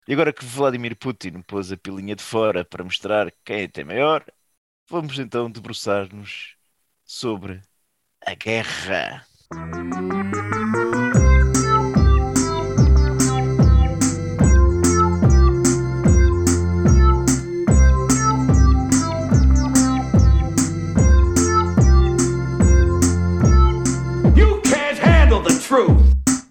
E agora que Vladimir Putin pôs a pilinha de fora para mostrar quem é tem maior, vamos então debruçar-nos sobre a guerra. You can't handle the truth.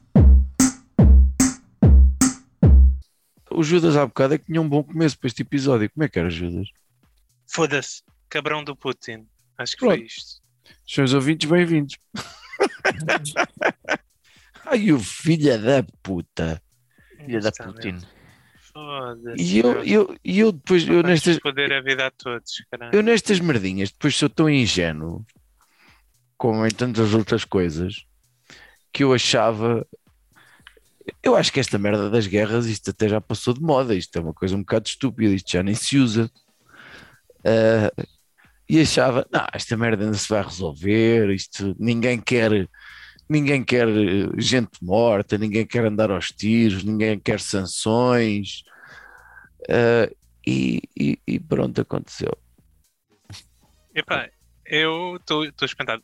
O Judas há bocado é que tinha um bom começo para este episódio. Como é que era, Judas? Foda-se, cabrão do Putin. Acho que Pronto. foi isto. Seus ouvintes, bem-vindos. Ai, o filho da puta. Filha da Está Putin. mesmo. Foda-se. E eu depois, eu Vamos nestas, foder a vida a todos, caralho. eu nestas merdinhas, depois sou tão ingênuo, como em tantas outras coisas, que eu achava. Eu acho que esta merda das guerras, isto até já passou de moda, isto é uma coisa um bocado estúpida, isto já nem se usa. E achava, não, esta merda ainda se vai resolver, isto ninguém quer gente morta, ninguém quer andar aos tiros, ninguém quer sanções. E pronto, aconteceu. Epá, eu estou espantado.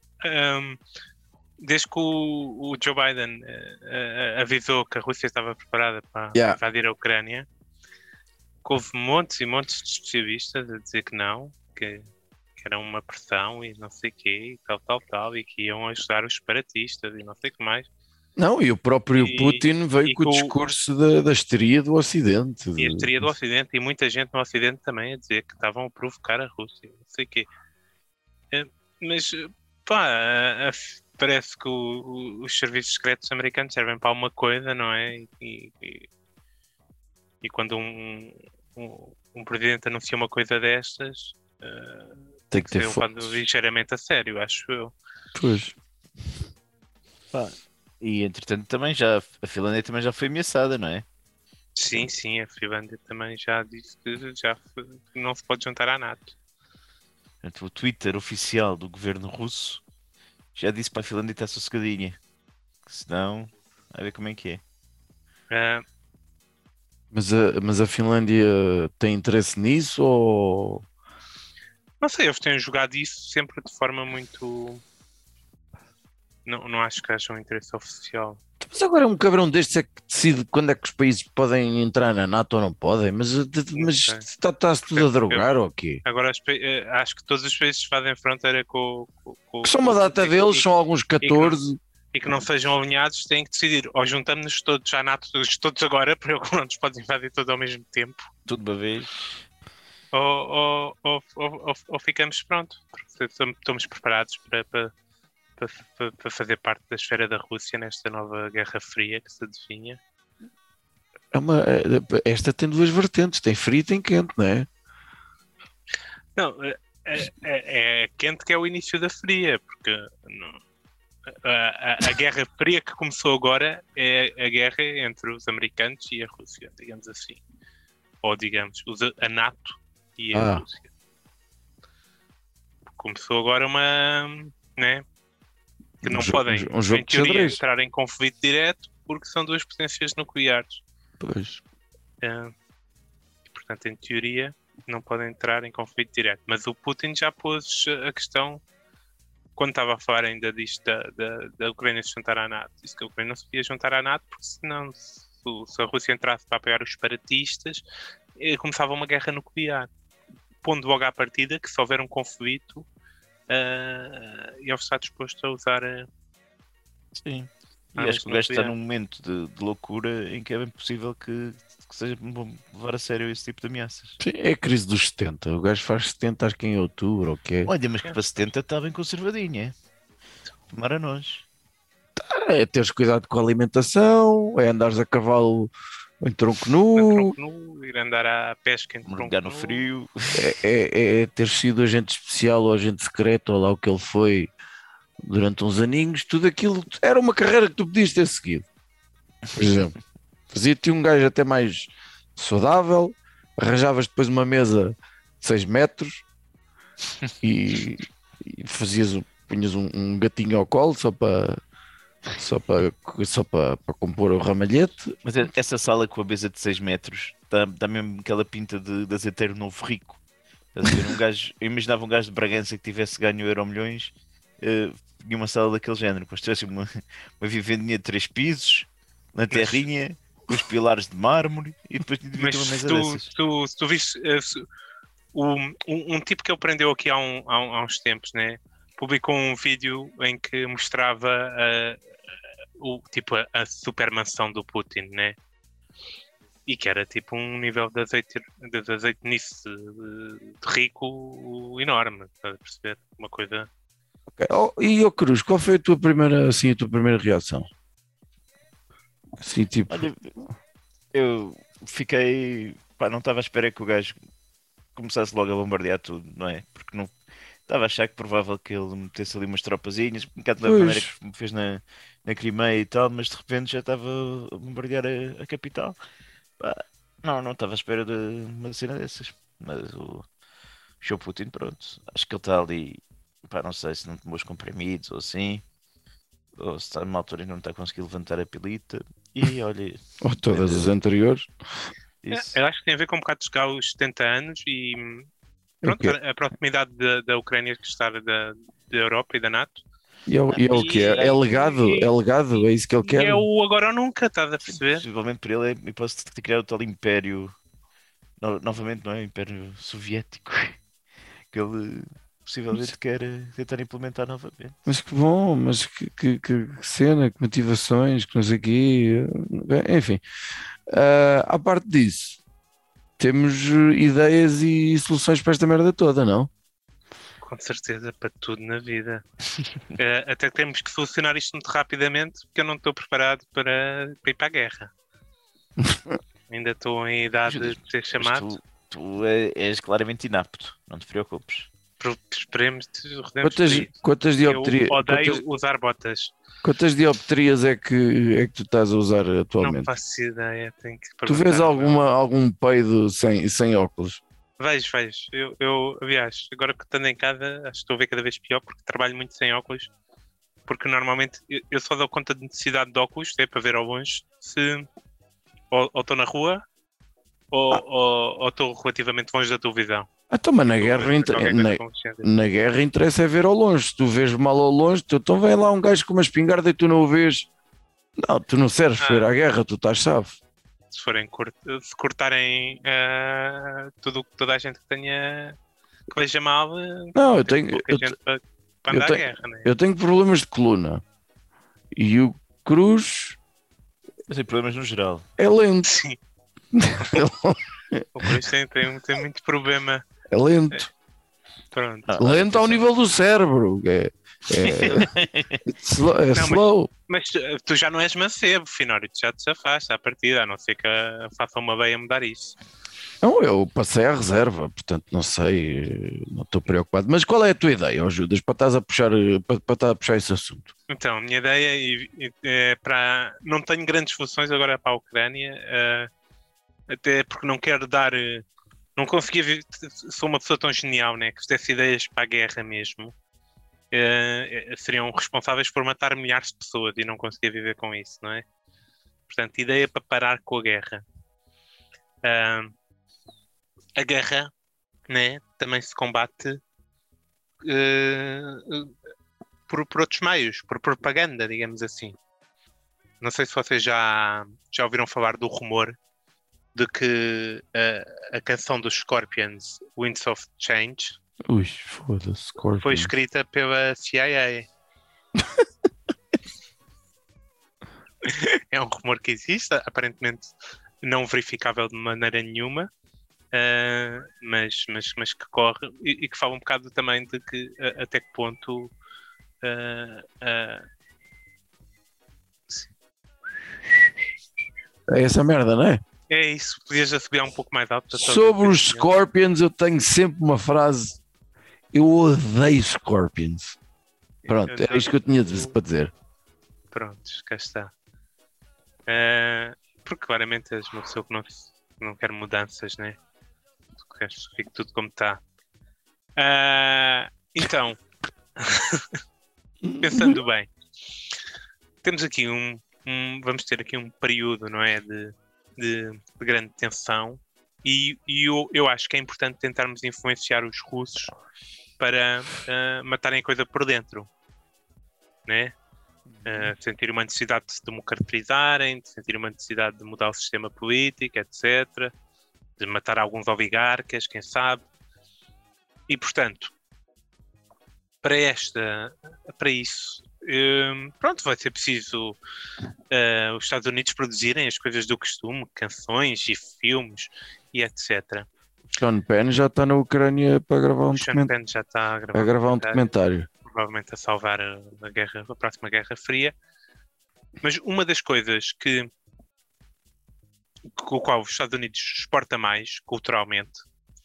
Desde que o Joe Biden avisou que a Rússia estava preparada para Yeah. invadir a Ucrânia, que houve montes e montes de especialistas a dizer que não, que era uma pressão e não sei o quê, e tal, e que iam ajudar os separatistas e não sei o que mais. Não, e o próprio Putin veio e com o com- discurso da histeria do Ocidente. E a histeria do Ocidente, e muita gente no Ocidente também a dizer que estavam a provocar a Rússia, não sei o quê. Mas, pá, parece que os serviços secretos americanos servem para uma coisa, não é? E quando um presidente anuncia uma coisa destas, Tem que ter ser levado fotos. ligeiramente a sério, acho eu. Pois. Pá, e entretanto também a Finlândia também já foi ameaçada, não é? Sim, a Finlândia também já disse que não se pode juntar à NATO. Portanto, o Twitter oficial do governo russo já disse para a Finlândia estar sossegadinha. Que senão, vai ver como é que é. Ah, Mas a Finlândia tem interesse nisso ou... não sei, eles têm jogado isso sempre de forma muito. Não acho que haja um interesse oficial. Mas agora um cabrão destes é que decide quando é que os países podem entrar na NATO ou não podem, mas sei. está-se tudo a drogar ou quê? Agora acho que todos os países fazem fronteira com Que são uma data deles, são alguns 14. E que não sejam alinhados, têm que decidir. Ou juntamos-nos todos à NATO, todos agora, para que não nos podem invadir todos ao mesmo tempo. Tudo de uma vez. Ou ficamos pronto. Porque estamos preparados para fazer parte da esfera da Rússia nesta nova Guerra Fria que se adivinha. Esta tem duas vertentes, tem frio e tem quente, não é? Não, é quente que é o início da fria, porque a Guerra Fria que começou agora é a guerra entre os americanos e a Rússia, digamos assim. Ou digamos, a NATO e a Rússia. Começou agora né, que não podem, em teoria, entrar em conflito direto porque são duas potências nucleares. Pois. E, portanto, em teoria, não podem entrar em conflito direto. Mas o Putin já pôs a questão, quando estava a falar ainda disto da Ucrânia se juntar à NATO, disse que a Ucrânia não se podia juntar à NATO porque senão, se a Rússia entrasse para apoiar os separatistas, começava uma guerra nuclear. Pondo logo à partida que se houver um conflito, ele está disposto a usar. Sim. E acho que o gajo está num momento de loucura em que é bem possível que seja bom levar a sério esse tipo de ameaças. Sim, é a crise dos 70. O gajo faz 70, acho que em outubro, ok? Olha, mas que para 70 está bem conservadinho, é? Tomara nós. É teres cuidado com a alimentação, é andares a cavalo em tronco nu, ir andar à pesca em tronco nu, no frio. É ter sido agente especial ou agente secreto, ou lá o que ele foi durante uns aninhos. Tudo aquilo era uma carreira que tu podias ter seguido. Por exemplo, fazia-te um gajo até mais saudável, arranjavas depois uma mesa de 6 metros e punhas um gatinho ao colo só para só para compor o ramalhete. Mas essa sala com a mesa de 6 metros dá mesmo aquela pinta de azeiteiro novo rico. Estás a ver? Eu imaginava um gajo de Bragança que tivesse ganho Euromilhões e uma sala daquele género, construísse uma vivendinha de 3 pisos, na terrinha, com os pilares de mármore e depois devia Mas ter uma mesa se dessas. tu viste um tipo que ele prendeu aqui há uns tempos, né? Publicou um vídeo em que mostrava a super mansão do Putin, né? E que era tipo um nível de azeitonice de rico enorme, estás a perceber? Uma coisa. Ok. E Cruz, qual foi a tua primeira reação? Assim, tipo, Olha, eu fiquei. Pá, não estava à espera que o gajo começasse logo a bombardear tudo, não é? Porque não estava a achar que provável que ele metesse ali umas tropazinhas, um bocado da maneira pois, que fez na Crimeia e tal, mas de repente já estava a bombardear a capital. Pá, não estava à espera de uma cena dessas. Mas o Joe Putin, pronto, acho que ele está ali, pá, não sei se não tomou os comprimidos ou assim, ou se está numa altura e não está a conseguir levantar a pilita. E olha, ou todas as anteriores, isso. Eu acho que tem a ver com um bocado de chegar aos 70 anos e pronto, quê? a proximidade da Ucrânia que está da Europa e da NATO. E é o que é? É legado? É legado? É isso que ele E quer? é o agora ou nunca, estás a Sim, perceber? possivelmente por ele é a hipótese de criar o tal império, novamente, não é? O império soviético, que ele possivelmente quer tentar implementar novamente. Mas que bom, mas que cena, que motivações, que não sei o quê. Enfim, à parte disso, temos ideias e soluções para esta merda toda, não? Com certeza, para tudo na vida. Até temos que solucionar isto muito rapidamente, porque eu não estou preparado para ir para a guerra. Ainda estou em idade de ser Mas chamado. tu és claramente inapto, não te preocupes. Esperemos de redemos para isso. Quantas Eu dioptrias, odeio usar botas. quantas dioptrias é que tu estás a usar Não atualmente? faço ideia. Tenho que Tu vês perguntar ao meu- algum peido sem óculos? Vejo. Aliás, agora que estou em casa, acho que estou a ver cada vez pior porque trabalho muito sem óculos. Porque normalmente eu só dou conta de necessidade de óculos, é para ver ao longe, se ou estou na rua ou estou relativamente longe da televisão. Então, mas na Estou a guerra, ver qualquer coisa com consciência. na guerra interessa é ver ao longe. Se tu vês mal ao longe, então vem lá um gajo com uma espingarda e tu não o vês. Não, tu não serves para ir à guerra, tu estás salvo. Se cortarem toda a gente que veja mal, Não, eu tem tenho, pouca gente para andar à tenho- guerra, né? eu tenho problemas de coluna. E o Cruz Eu tenho problemas no geral. é lento. Sim, o Cruz tem muito problema. É lento. Pronto. Lento ao nível do cérebro. É slow. Mas tu já não és mancebo, Finório, tu já te afaste à partida, a não ser que faça uma veia mudar isso. Não, eu passei à reserva, portanto não sei, não estou preocupado. Mas qual é a tua ideia, ó Judas, para estás a puxar, para estar a puxar esse assunto? Então, a minha ideia é para. Não tenho grandes soluções agora para a Ucrânia, até porque não quero dar. Não conseguia ver. Sou uma pessoa tão genial, né? Que se desse ideias para a guerra mesmo, seriam responsáveis por matar milhares de pessoas e não conseguia viver com isso, não é? Portanto, ideia para parar com a guerra. A guerra, né? Também se combate por outros meios, por propaganda, digamos assim. Não sei se vocês já ouviram falar do rumor de que a canção dos Scorpions, Winds of Change, Ui, foda-se, Scorpion. foi escrita pela CIA. É um rumor que existe, aparentemente não verificável de maneira nenhuma, mas que corre e que fala um bocado também de que até que ponto É essa merda, não é? é isso, podias assobiar um pouco mais alto. Sobre os Scorpions, eu tenho sempre uma frase: eu odeio Scorpions. Pronto, é isto que eu tinha para dizer. Prontos, cá está. Porque claramente és uma pessoa que não quer mudanças, né? Tu queres que fique tudo como está. Então, pensando bem, temos aqui vamos ter aqui um período, não é, de grande tensão, e eu acho que é importante tentarmos influenciar os russos para matarem a coisa por dentro, né? Sentir uma necessidade de se democratizarem, de sentir uma necessidade de mudar o sistema político, etc., de matar alguns oligarcas, quem sabe. E, portanto, para isso, pronto, vai ser preciso os Estados Unidos produzirem as coisas do costume, canções e filmes e etc. Sean Penn já está na Ucrânia para gravar um Sean Penn já está a gravar um documentário. Provavelmente a salvar a próxima Guerra Fria. Mas uma das coisas com o qual os Estados Unidos exporta mais culturalmente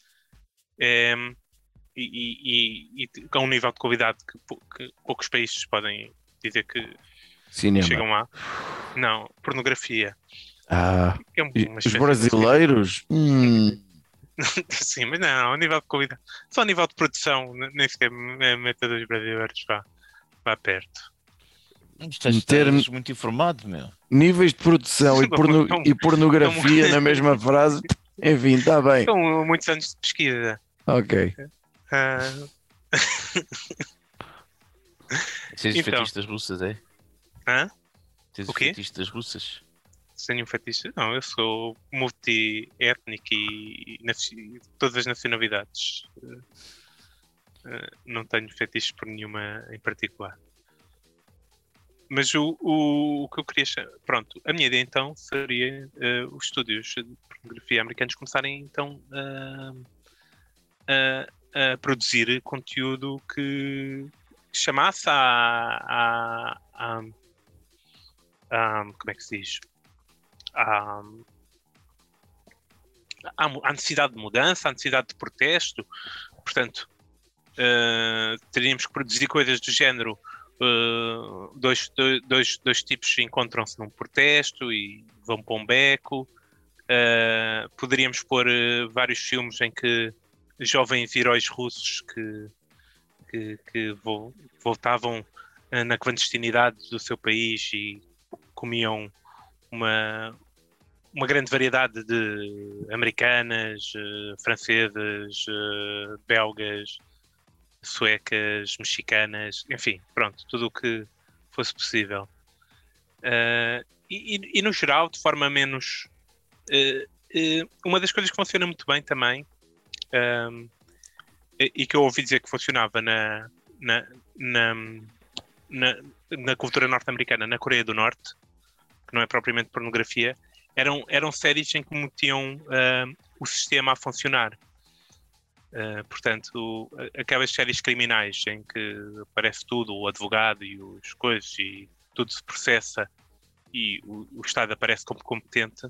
e a um nível de qualidade que poucos países podem dizer que Cinema. chegam lá. Não, pornografia. Os brasileiros? Sim, mas não, a nível de qualidade. Só a nível de produção, nem sequer meta dos brasileiros vá perto. Estás muito informado, meu. Níveis de produção e pornografia na mesma frase. Enfim, está bem. São muitos anos de pesquisa. Ok. Tens Então. fetistas russas, é? Hã? Tens O quê? fetistas russas? Sem um fetiche? Não, eu sou multi-étnico e todas as nacionalidades. Não tenho fetiches por nenhuma em particular. Mas o que eu queria... Pronto, a minha ideia então seria os estúdios de pornografia americanos começarem então a produzir conteúdo que chamasse como é que se diz? À necessidade de mudança, à necessidade de protesto. Portanto, teríamos que produzir coisas do género. Dois tipos encontram-se num protesto e vão para um beco. Poderíamos pôr vários filmes em que jovens heróis russos que voltavam na clandestinidade do seu país e comiam uma grande variedade de americanas, francesas, belgas, suecas, mexicanas, enfim, pronto, tudo o que fosse possível. E no geral, de forma menos... uma das coisas que funciona muito bem também, e que eu ouvi dizer que funcionava na cultura norte-americana, na Coreia do Norte, que não é propriamente pornografia, eram séries em que metiam o sistema a funcionar. Portanto, aquelas séries criminais em que aparece tudo, o advogado e os coisas, e tudo se processa e o Estado aparece como competente,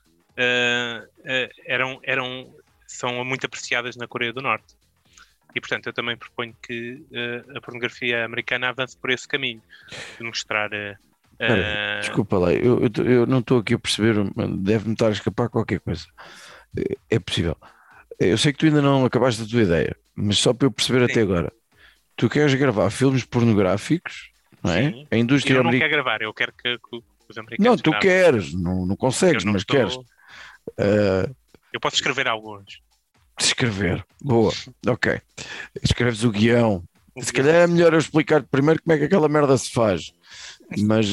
são muito apreciadas na Coreia do Norte. E, portanto, eu também proponho que a pornografia americana avance por esse caminho, de mostrar... Desculpa lá, eu não estou aqui a perceber, deve-me estar a escapar qualquer coisa. É possível. Eu sei que tu ainda não acabaste a tua ideia, mas só para eu perceber até agora, tu queres gravar filmes pornográficos, não é? Sim. A indústria Eu não quero gravar, eu quero que os americanos Não, tu gravem. queres, não consegues, Eu não mas estou- queres. Eu posso escrever alguns. Escrever, boa, ok. Escreves o guião. Se calhar é melhor eu explicar primeiro como é que aquela merda se faz. Mas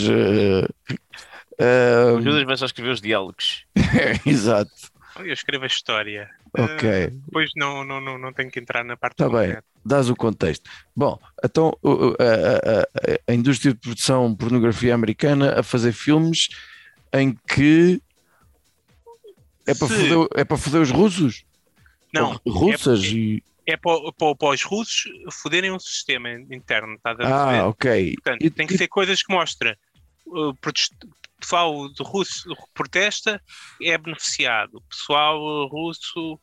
O Judas vai só escrever os diálogos. exato, Eu escrevo a história. ok. Depois não tenho que entrar na parte Está bem, concreta. dás o contexto. Bom, então a indústria de produção de pornografia americana a fazer filmes em que é para foder os russos? Não, Ou russas e... é para os russos foderem um sistema interno, estás a perceber? ok. Portanto, tem que ser coisas que mostram o pessoal do russo que protesta é beneficiado, o pessoal russo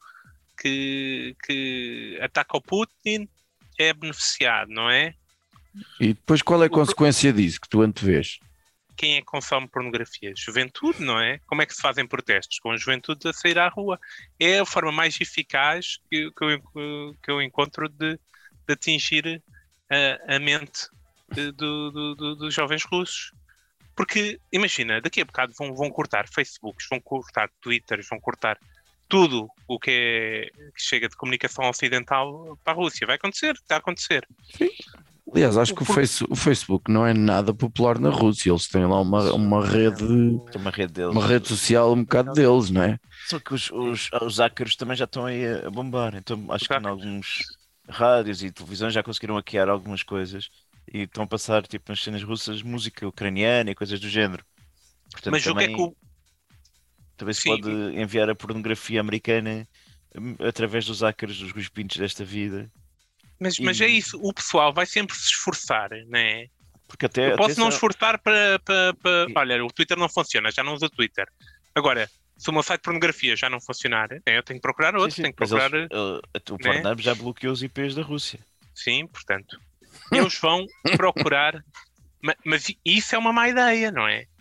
que ataca o Putin é beneficiado, não é? E depois qual é a consequência disso que tu antevês? Quem é que consome pornografia? Juventude, não é? Como é que se fazem protestos? Com a juventude a sair à rua. É a forma mais eficaz que eu encontro de atingir a mente dos jovens russos. Porque, imagina, daqui a bocado vão cortar Facebooks, vão cortar Twitters, vão cortar tudo o que chega de comunicação ocidental para a Rússia. Vai acontecer, está a acontecer. Sim. Aliás, acho que o Facebook não é nada popular na Rússia. Eles têm lá uma rede, Tem uma rede deles. uma rede social um bocado deles, não é? Só que os hackers também já estão aí a bombar. Então acho que em alguns rádios e televisões já conseguiram hackear algumas coisas e estão a passar tipo nas cenas russas música ucraniana e coisas do género. Portanto, Mas o que é que também se Sim. pode enviar a pornografia americana através dos hackers dos Ruiz Pintos desta vida. Mas é isso, o pessoal vai sempre se esforçar, não é? Porque até Eu posso não esforçar para. Olha, o Twitter não funciona, já não uso o Twitter. Agora, se o meu site de pornografia já não funcionar, eu tenho que procurar outro, tenho que procurar. O Pornhub já bloqueou os IPs da Rússia. Sim, portanto, eles vão procurar. Mas isso é uma má ideia, não é?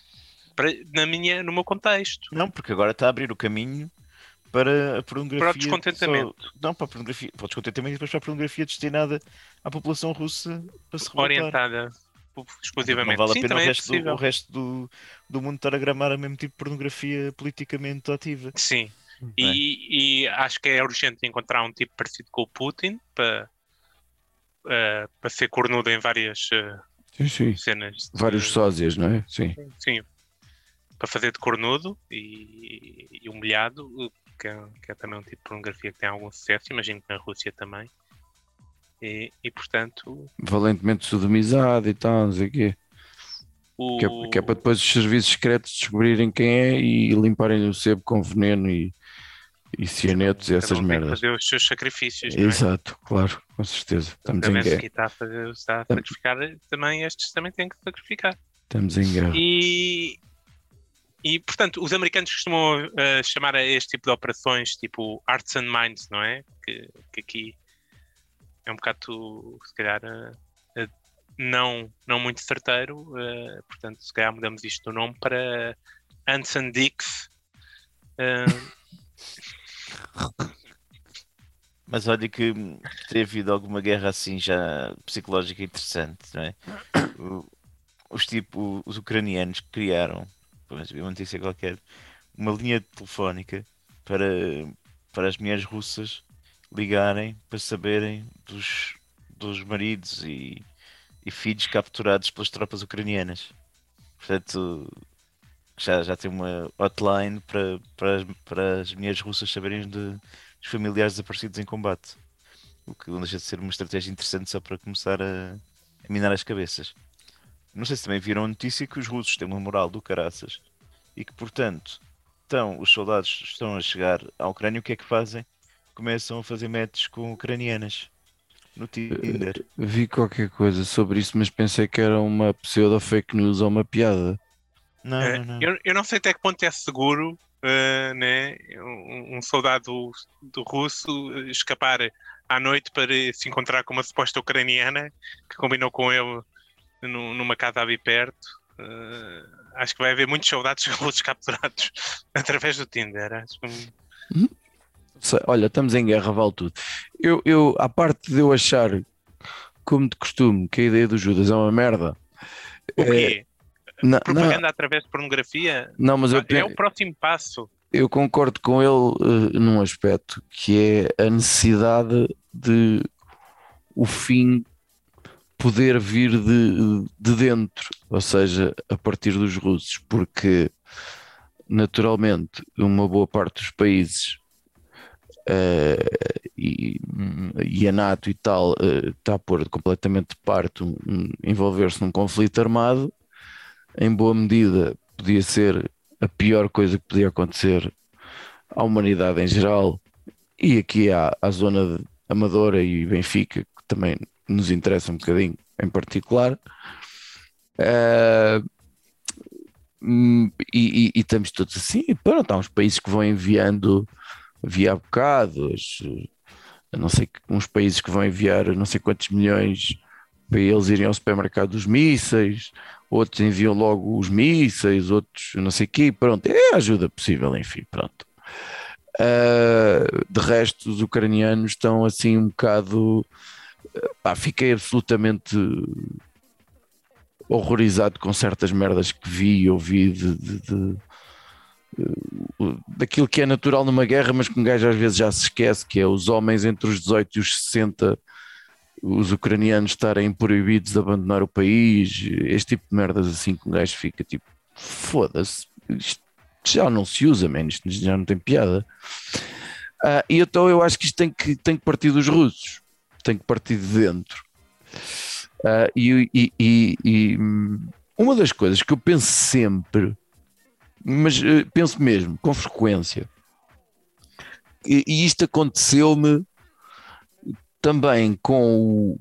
No meu contexto. Não, porque agora está a abrir o caminho para a pornografia. Para o descontentamento. Não, para a pornografia. Para o descontentamento e depois para a pornografia destinada à população russa para se revoltar. Orientada exclusivamente. Não vale a Sim, pena também o resto do mundo estar a gramar a mesmo tipo de pornografia politicamente ativa. Sim. E acho que é urgente encontrar um tipo parecido com o Putin para ser cornudo em várias cenas. Vários sósias, não é? Sim. Sim. Para fazer de cornudo e humilhado, que é também um tipo de pornografia que tem algum sucesso, imagino que na Rússia também. E portanto... Valentemente sodomizado e tal, não sei o quê. Que é para depois os serviços secretos descobrirem quem é e limparem o sebo com veneno e cianetos e essas merdas. Fazer os seus sacrifícios. Exato, claro, com certeza. Estamos em guerra. Está a sacrificar, também estes também têm que sacrificar. Estamos em guerra. E portanto, os americanos costumam chamar a este tipo de operações tipo Hearts and Minds, não é? Que aqui é um bocado, se calhar, não muito certeiro. Portanto, se calhar mudamos isto do nome para Ants and Dicks. Mas olha que ter havido alguma guerra assim já psicológica interessante, não é? Os ucranianos criaram, uma notícia qualquer, uma linha telefónica para as mulheres russas ligarem para saberem dos maridos e filhos capturados pelas tropas ucranianas. Portanto, já tem uma hotline para as mulheres russas saberem dos familiares desaparecidos em combate. O que não deixa de ser uma estratégia interessante só para começar a minar as cabeças. Não sei se também viram a notícia que os russos têm uma moral do caraças e que, portanto, os soldados estão a chegar à Ucrânia, o que é que fazem? Começam a fazer matches com ucranianas no Tinder. Vi qualquer coisa sobre isso, mas pensei que era uma pseudo fake news ou uma piada. Não. Eu não sei até que ponto é seguro, né? Um soldado do russo escapar à noite para se encontrar com uma suposta ucraniana que combinou com ele numa casa ali perto. Acho que vai haver muitos soldados russos capturados através do Tinder. Acho que... Olha, estamos em guerra, vale tudo. Eu, à parte de eu achar, como de costume, que a ideia do Judas é uma merda. O quê? Propaganda através de pornografia? Não, mas é o próximo passo. Eu concordo com ele num aspecto, que é a necessidade de o fim poder vir de dentro, ou seja, a partir dos russos, porque naturalmente uma boa parte dos países e a NATO e tal está a pôr completamente de parte envolver-se num conflito armado. Em boa medida podia ser a pior coisa que podia acontecer à humanidade em geral, e aqui há a zona de Amadora e Benfica, que também nos interessa um bocadinho em particular. E estamos todos assim, pronto, há uns países que vão enviando via bocado, não sei, uns países que vão enviar não sei quantos milhões para eles irem ao supermercado dos mísseis, outros enviam logo os mísseis, outros não sei o quê, pronto, é a ajuda possível, enfim, pronto. De resto, os ucranianos estão assim um bocado... fiquei absolutamente horrorizado com certas merdas que vi e ouvi daquilo que é natural numa guerra, mas que um gajo às vezes já se esquece, que é os homens entre os 18 e os 60, os ucranianos estarem proibidos de abandonar o país, este tipo de merdas assim que um gajo fica tipo, foda-se, isto já não se usa, man, isto já não tem piada. E então eu acho que isto tem que partir dos russos, tem que partir de dentro. E uma das coisas que eu penso sempre, mas penso mesmo, com frequência, e isto aconteceu-me também com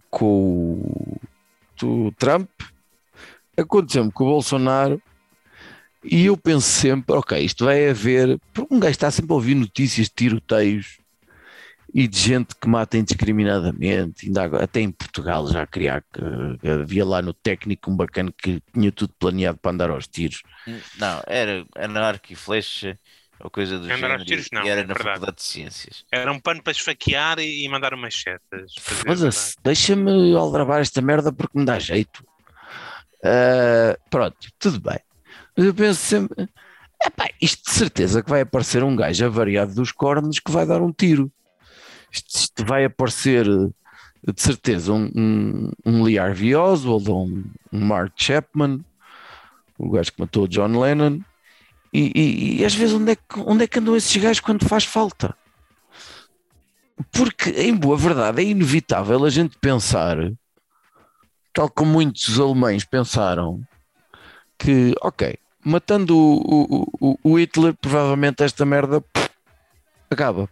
o Trump, aconteceu-me com o Bolsonaro, e eu penso sempre, ok, isto vai haver, porque um gajo está sempre a ouvir notícias de tiroteios e de gente que mata indiscriminadamente, ainda agora, até em Portugal já havia lá no técnico um bacana que tinha tudo planeado para andar aos tiros. Não, era arco e flecha ou coisa do Andar aos género, tiros, não, e era é na verdade. Faculdade de Ciências. Era um pano para esfaquear e mandar umas setas. Foda-se, deixa-me aldrabar esta merda porque me dá jeito. Pronto, tudo bem. Mas eu penso sempre, isto de certeza que vai aparecer um gajo avariado dos cornos que vai dar um tiro. Isto vai aparecer de certeza um Lee Harvey Oswald ou um Mark Chapman, o gajo que matou o John Lennon, e às vezes onde é que andam esses gajos quando faz falta? Porque em boa verdade é inevitável a gente pensar, tal como muitos alemães pensaram, que ok, matando o Hitler provavelmente esta merda acaba.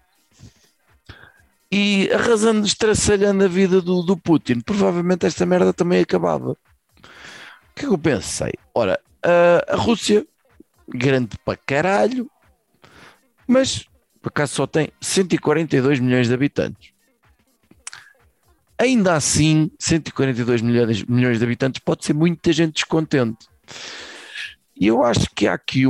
E arrasando, estraçalhando a vida do Putin, provavelmente esta merda também acabava. O que é que eu pensei? Ora, a Rússia, grande para caralho, mas por acaso só tem 142 milhões de habitantes. Ainda assim, 142 milhões de habitantes pode ser muita gente descontente. E eu acho que há aqui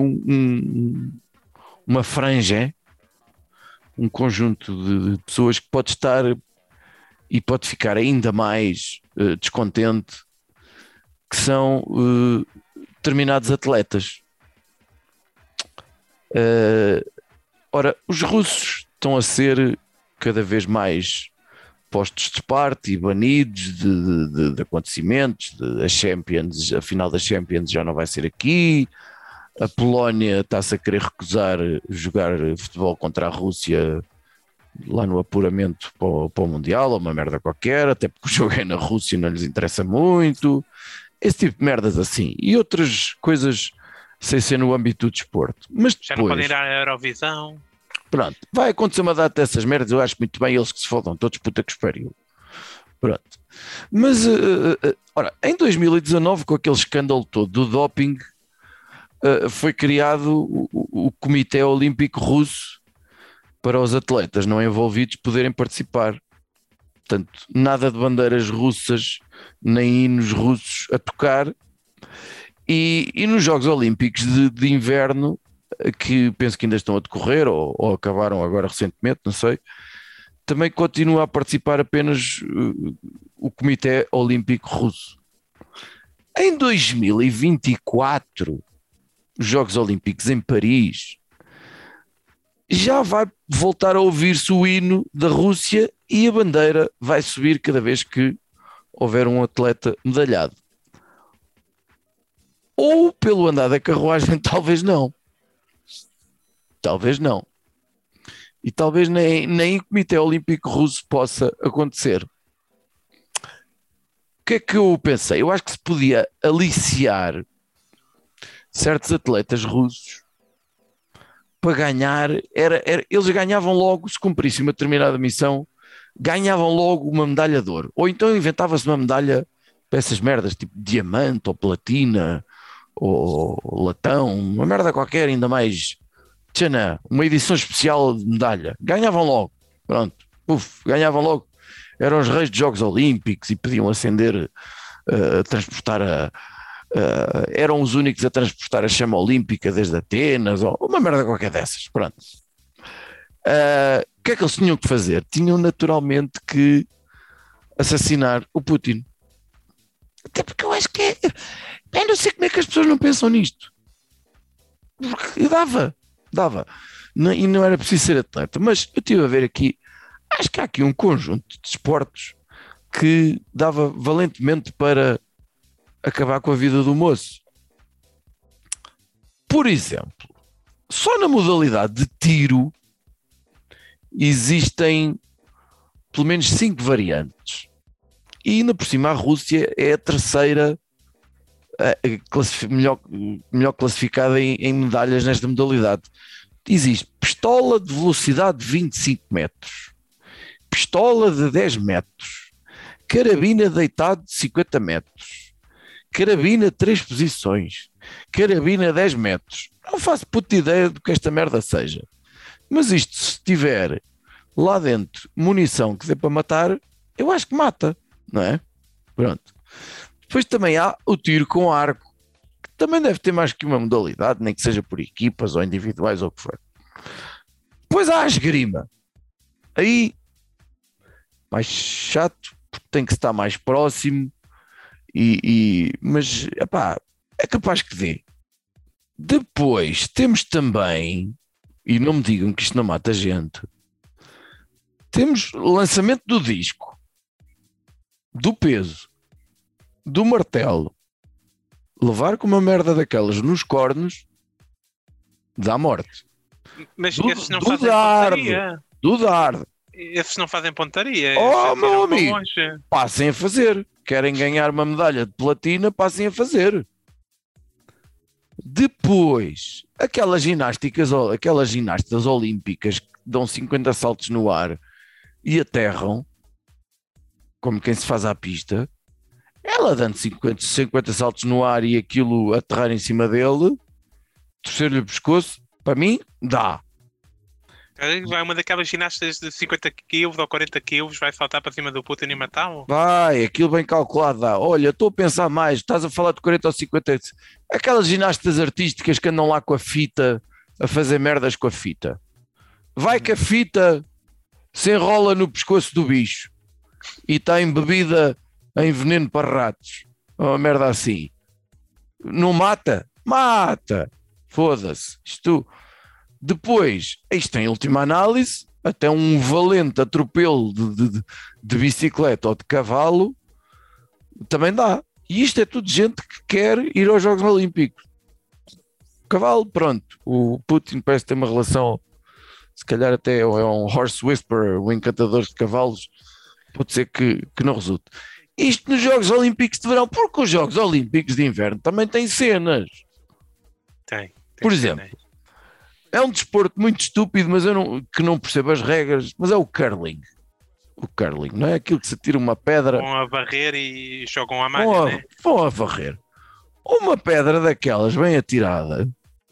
uma franja, um conjunto de pessoas que pode estar e pode ficar ainda mais descontente, que são determinados atletas. Ora, os russos estão a ser cada vez mais postos de parte e banidos de acontecimentos, a final das Champions já não vai ser aqui. A Polónia está-se a querer recusar jogar futebol contra a Rússia lá no apuramento para o Mundial, ou uma merda qualquer, até porque o jogo é na Rússia e não lhes interessa muito. Esse tipo de merdas assim. E outras coisas sem ser no âmbito do desporto. Mas depois, já não podem ir à Eurovisão. Pronto, vai acontecer uma data dessas merdas, eu acho muito bem, eles que se fodam, todos puta que os pariu. Pronto. Mas, ora, em 2019, com aquele escândalo todo do doping, foi criado o Comitê Olímpico Russo para os atletas não envolvidos poderem participar. Portanto, nada de bandeiras russas, nem hinos russos a tocar. E nos Jogos Olímpicos de inverno, que penso que ainda estão a decorrer, ou acabaram agora recentemente, não sei, também continua a participar apenas o Comitê Olímpico Russo. Em 2024, os Jogos Olímpicos em Paris, já vai voltar a ouvir-se o hino da Rússia e a bandeira vai subir cada vez que houver um atleta medalhado. Ou pelo andar da carruagem, talvez não. Talvez não. E talvez nem o Comitê Olímpico Russo possa acontecer. O que é que eu pensei? Eu acho que se podia aliciar certos atletas russos para ganhar. Eles ganhavam logo, se cumprissem uma determinada missão, ganhavam logo uma medalha de ouro. Ou então inventava-se uma medalha para essas merdas, tipo diamante ou platina ou latão, uma merda qualquer, ainda mais tchana, uma edição especial de medalha. Ganhavam logo, pronto, ganhavam logo. Eram os reis dos Jogos Olímpicos e podiam ascender, transportar eram os únicos a transportar a chama olímpica desde Atenas, ou uma merda qualquer dessas, pronto. O que é que eles tinham que fazer? Tinham naturalmente que assassinar o Putin. Até porque eu acho que Eu não sei como é que as pessoas não pensam nisto. Porque dava. E não era preciso ser atleta. Mas eu estive a ver aqui, acho que há aqui um conjunto de desportos que dava valentemente para acabar com a vida do moço. Por exemplo, só na modalidade de tiro existem pelo menos 5 variantes. E ainda por cima a Rússia é a terceira melhor classificada em medalhas nesta modalidade. Existe pistola de velocidade de 25 metros, pistola de 10 metros, carabina deitado de 50 metros, carabina de 3 posições, carabina de 10 metros. Não faço puta ideia do que esta merda seja. Mas isto, se tiver lá dentro munição que dê para matar, eu acho que mata, não é? Pronto. Depois também há o tiro com arco, que também deve ter mais que uma modalidade, nem que seja por equipas ou individuais ou o que for. Depois há a esgrima. Aí, mais chato, porque tem que estar mais próximo, mas, epá, é capaz que dê. Depois temos também, e não me digam que isto não mata gente, temos o lançamento do disco, do peso, do martelo. Levar com uma merda daquelas nos cornos dá morte. Mas Do- esses não do fazem dardo. pontaria. Do dardo. Esses não fazem pontaria. Oh, Esses meu atiram para amigo. longe. Passem a fazer. Querem ganhar uma medalha de platina, passem a fazer. Depois, aquelas ginastas olímpicas que dão 50 saltos no ar e aterram, como quem se faz à pista, ela dando 50 saltos no ar e aquilo aterrar em cima dele, torcer-lhe o pescoço, para mim, dá. Vai uma daquelas ginastas de 50 kg ou 40 kg, vai saltar para cima do Putin e matá-lo? Vai, aquilo bem calculado dá. Olha, estou a pensar mais, estás a falar de 40 ou 50, aquelas ginastas artísticas que andam lá com a fita, a fazer merdas com a fita. Vai que a fita se enrola no pescoço do bicho e está embebida em veneno para ratos. Uma merda assim. Não mata? Mata! Foda-se. Isto... Depois, isto em última análise, até um valente atropelo de bicicleta ou de cavalo também dá. E isto é tudo gente que quer ir aos Jogos Olímpicos. Cavalo, pronto. O Putin parece ter uma relação, se calhar até é um horse whisperer, um encantador de cavalos, pode ser que não resulte. Isto nos Jogos Olímpicos de verão, porque os Jogos Olímpicos de inverno também têm cenas. Tem. Por exemplo, é um desporto muito estúpido, mas que não percebo as regras, mas é o curling. O curling, não é aquilo que se tira uma pedra... Vão a varrer e jogam à malha, né? Vão a varrer. Uma pedra daquelas bem atirada,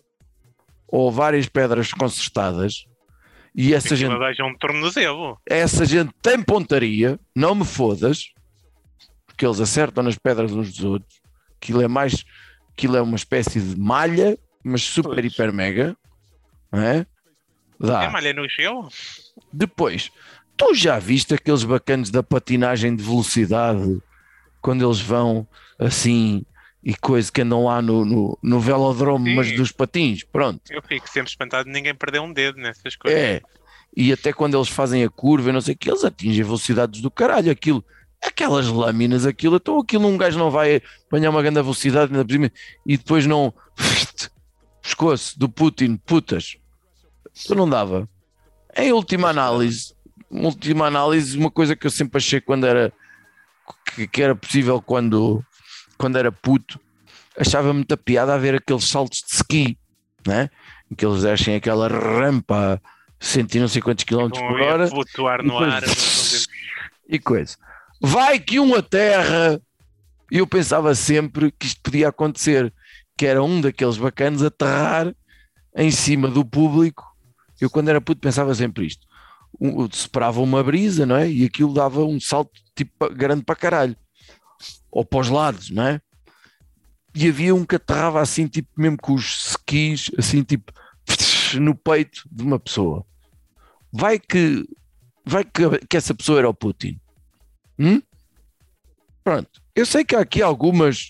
ou várias pedras concertadas, e essa gente... Veja um tornozelo. Essa gente tem pontaria, não me fodas, porque eles acertam nas pedras uns dos outros. Aquilo é uma espécie de malha, mas super, hiper, mega. Não é? Dá. É malha no gelo? Depois, tu já viste aqueles bacanos da patinagem de velocidade, quando eles vão assim e coisa que andam lá no velodrome, Sim. mas dos patins, pronto. Eu fico sempre espantado de ninguém perder um dedo nessas coisas. É, e até quando eles fazem a curva, eu não sei o que, eles atingem velocidades do caralho, aquelas lâminas, aquilo um gajo não vai apanhar uma grande velocidade e depois não... Pescoço do Putin, putas. Isso não dava. Em última análise, uma coisa que eu sempre achei que era possível quando era puto, achava muita piada a ver aqueles saltos de ski, né? Em que eles descem aquela rampa a 100 e não sei quantos quilómetros por hora. Flutuar no ar. E coisa. Vai que um aterra, e eu pensava sempre que isto podia acontecer, que era um daqueles bacanos aterrar em cima do público. Eu quando era puto pensava sempre isto. Separava uma brisa, não é? E aquilo dava um salto tipo grande para caralho. Ou para os lados, não é? E havia um que aterrava assim, tipo mesmo com os skis, assim tipo no peito de uma pessoa. Vai que essa pessoa era o Putin. Pronto. Eu sei que há aqui algumas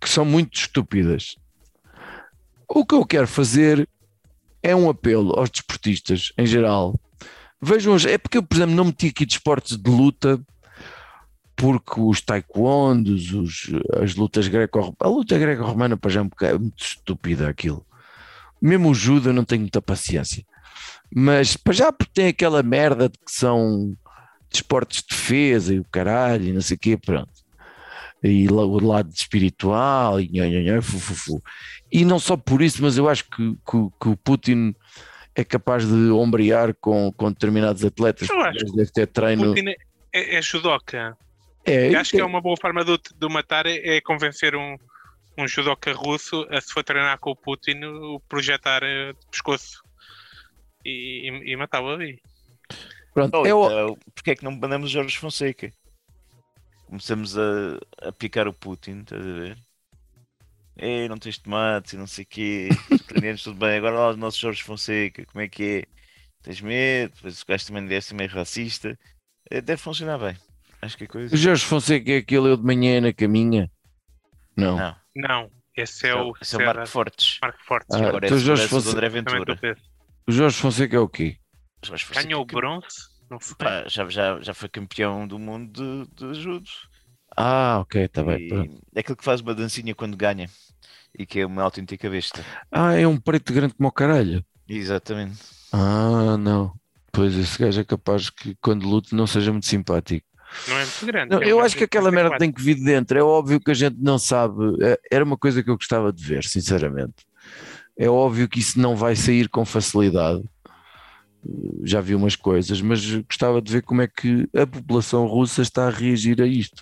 que são muito estúpidas. O que eu quero fazer é um apelo aos desportistas em geral. Vejam, é porque eu, por exemplo, não meti aqui desportos de luta, porque os taekwondos, as lutas greco-romanas, a luta greco-romana para já é muito estúpida aquilo. Mesmo o judo eu não tenho muita paciência. Mas para já porque tem aquela merda de que são desportos de defesa e o caralho e não sei o quê, pronto. E o lado espiritual e E não só por isso, mas eu acho que o Putin é capaz de ombrear com determinados atletas. Eu acho Deve ter treino. Putin é judoca. Eu acho que é uma boa forma de o matar é convencer um judoca russo a, se for treinar com o Putin, o projetar de pescoço e matá-lo ali. Pronto, então, porque é que não mandamos Jorge Fonseca? Começamos a picar o Putin, estás a ver? Não tens tomates e não sei o quê, aprendemos tudo bem. Agora lá o nosso Jorge Fonseca, como é que é? Tens medo? Depois o gajo também deve ser meio racista. Deve funcionar bem. Acho que é coisa. o Jorge Fonseca é aquele eu de manhã na caminha? Não. Não, esse é o Marco Fortes. Marco Fortes. Agora então é Jorge segurança do Fonseca- André Ventura. O Jorge Fonseca é o quê? Jorge Fonseca Ganhou o que- bronze? Não foi? Pá, já foi campeão do mundo de judo. Ok, está bem. Pronto. É aquele que faz uma dancinha quando ganha e que é uma autêntica besta. É um preto grande como o caralho. Exatamente. Não. Pois esse gajo é capaz que quando lute não seja muito simpático. Não é muito grande. Não, é eu um acho que aquela merda 74. tem que vir de dentro. É óbvio que a gente não sabe. Era uma coisa que eu gostava de ver, sinceramente. É óbvio que isso não vai sair com facilidade. Já vi umas coisas, mas gostava de ver como é que a população russa está a reagir a isto.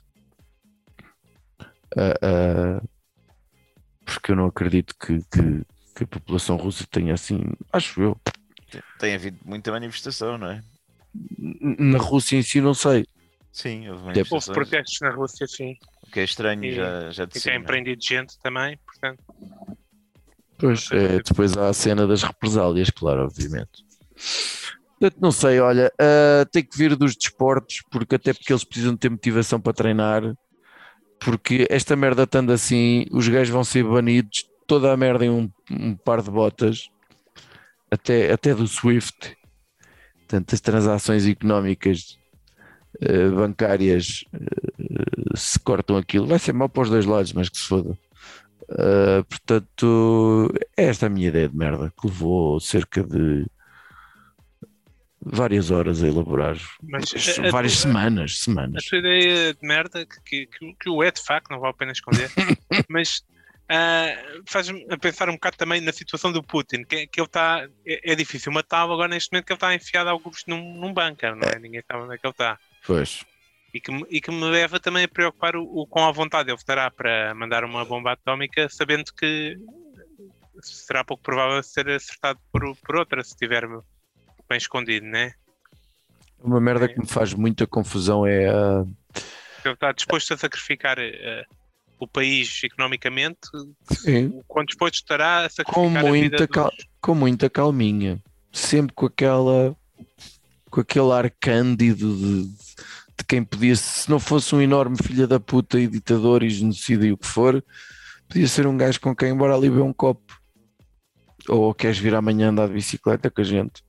Porque eu não acredito que a população russa tenha assim, acho eu. Tem havido muita manifestação, não é? Na Rússia em si não sei. Sim, houve Houve manifestações. protestos na Rússia, sim. O que é estranho, E- já E de tem cima. empreendido gente também, portanto. Pois, depois há a cena das represálias, claro, obviamente. Portanto, não sei, olha, tem que vir dos desportos, porque eles precisam ter motivação para treinar, porque esta merda estando assim, os gajos vão ser banidos, toda a merda em um par de botas, até do Swift. Portanto, as transações económicas bancárias se cortam aquilo, vai ser mau para os dois lados, mas que se foda. Portanto, é esta a minha ideia de merda, que levou cerca de várias horas a elaborar, Mas várias semanas. A tua ideia de merda, que o é de facto, não vale a pena esconder, mas faz-me a pensar um bocado também na situação do Putin, que ele está. É difícil matá-lo agora neste momento que ele está enfiado a alguns num bunker, não é? Ninguém sabe onde é que ele está. Pois. E que me leva também a preocupar o quão à vontade ele estará para mandar uma bomba atómica, sabendo que será pouco provável ser acertado por outra, se estiver bem escondido, né? Uma merda que me faz muita confusão é Ele está disposto a sacrificar o país economicamente, Sim. o quanto disposto estará a com sacrificar a vida com muita calminha, sempre com aquele ar cândido de quem podia, se não fosse um enorme filho da puta e ditador e genocida e o que for, podia ser um gajo com quem embora ali beber um copo. Ou queres vir amanhã andar de bicicleta com a gente?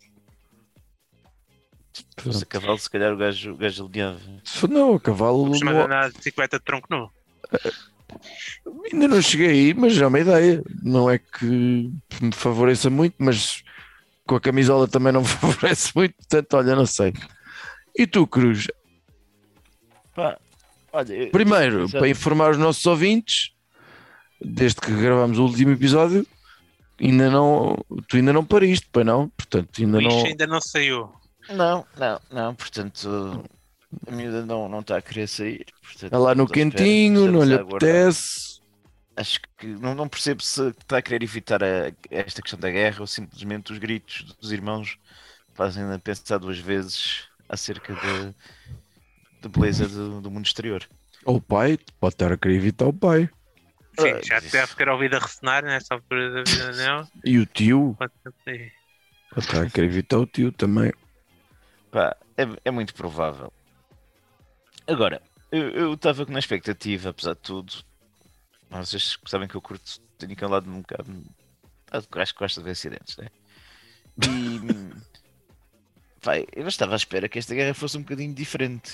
Se fosse a cavalo, se calhar o gajo alinhava. Não, a cavalo costuma andar de bicicleta de tronco nu. ainda não cheguei aí, mas já é uma ideia. Não é que me favoreça muito, mas com a camisola também não me favorece muito, portanto, olha, não sei. E tu, Cruz? Pá, olha, Primeiro, para informar os nossos ouvintes, desde que gravamos o último episódio, tu ainda não pariste, pois não? Portanto, O lixo ainda não saiu. Não, portanto, a miúda não está a querer sair. Portanto, Está lá no estou à espera, quentinho, não estamos lhe a aguardar. apetece. Acho que não percebo se está a querer evitar esta questão da guerra ou simplesmente os gritos dos irmãos fazem-na pensar duas vezes acerca da beleza do mundo exterior. Ou o pai, pode estar a querer evitar o pai. Sim, já deve ter ouvido a ressonar nesta altura da vida dela. E o tio, Pode ser. pode estar a querer evitar o tio também. Pá, é muito provável. Agora, eu estava na expectativa, apesar de tudo, Vocês sabem que eu curto, tenho aquele lado um bocado. Acho que gosta de ver acidentes, né? E. Vai, eu estava à espera que esta guerra fosse um bocadinho diferente.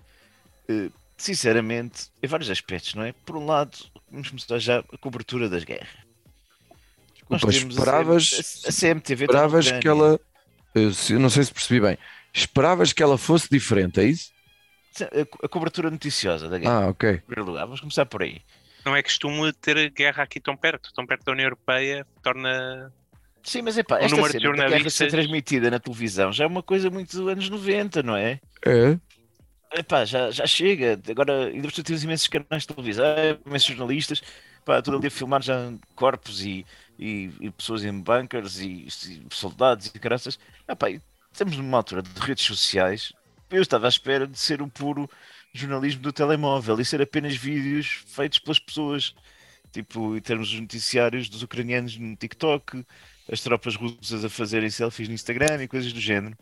Sinceramente, em vários aspectos, não é? Por um lado, vamos começar já a cobertura das guerras. Nós Desculpa, temos a CMTV está na esperavas que Ucrânia. ela. Eu não sei se percebi bem. Esperavas que ela fosse diferente, é isso? A cobertura noticiosa da guerra. Ah, ok. Em primeiro lugar, vamos começar por aí. Não é costume ter guerra aqui tão perto da União Europeia, torna Sim, mas epá, o esta número de cena da guerra ser jornalistas. transmitida na televisão já é uma coisa muito dos anos 90, não é? É. Epá, já chega. Agora, ainda por cima temos imensos canais de televisão, imensos jornalistas, pá, tudo ali a filmar já corpos e pessoas em bunkers e soldados e caraças. Epá, e estamos numa altura de redes sociais. Eu estava à espera de ser o puro jornalismo do telemóvel e ser apenas vídeos feitos pelas pessoas. Tipo, em termos de noticiários dos ucranianos no TikTok, as tropas russas a fazerem selfies no Instagram e coisas do género.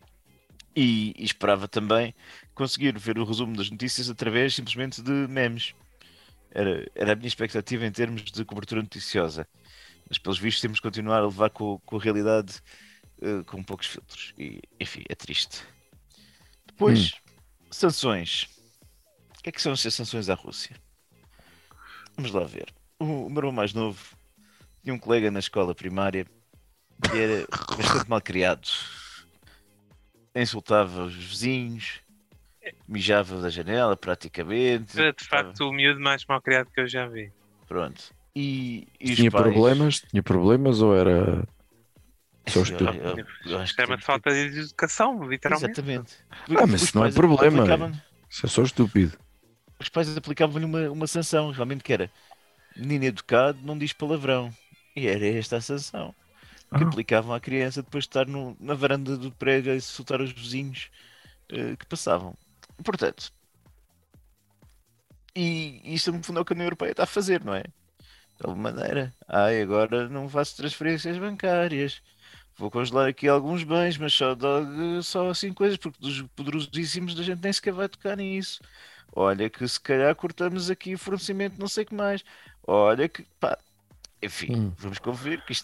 E esperava também conseguir ver o resumo das notícias através simplesmente de memes. Era a minha expectativa em termos de cobertura noticiosa. Mas pelos vistos temos que continuar a levar com a realidade com poucos filtros. E enfim, é triste. Depois, sanções. O que é que são as sanções à Rússia? Vamos lá ver. O meu irmão mais novo tinha um colega na escola primária que era bastante mal criado. Insultava os vizinhos, mijava da janela praticamente. Era de facto o miúdo mais mal criado que eu já vi. Pronto. E os Tinha pais. problemas? Tinha problemas ou era só estúpido? Eu acho que Chama-se falta de educação, literalmente. exatamente. Mas Os isso não é pais problema. aplicavam- Isso é só estúpido. Os pais aplicavam-lhe uma sanção, realmente que era menino educado não diz palavrão. E era esta a sanção que Ah. aplicavam à criança depois de estar na varanda do prego a insultar os vizinhos que passavam. Portanto, e isto no fundo é o que a União Europeia está a fazer, não é? De alguma maneira. Ai, agora não faço transferências bancárias. Vou congelar aqui alguns bens, mas só assim coisas, porque dos poderosíssimos da gente nem sequer vai tocar nisso. Olha que se calhar cortamos aqui o fornecimento não sei o que mais. Olha que, pá, enfim, Hum. vamos convir que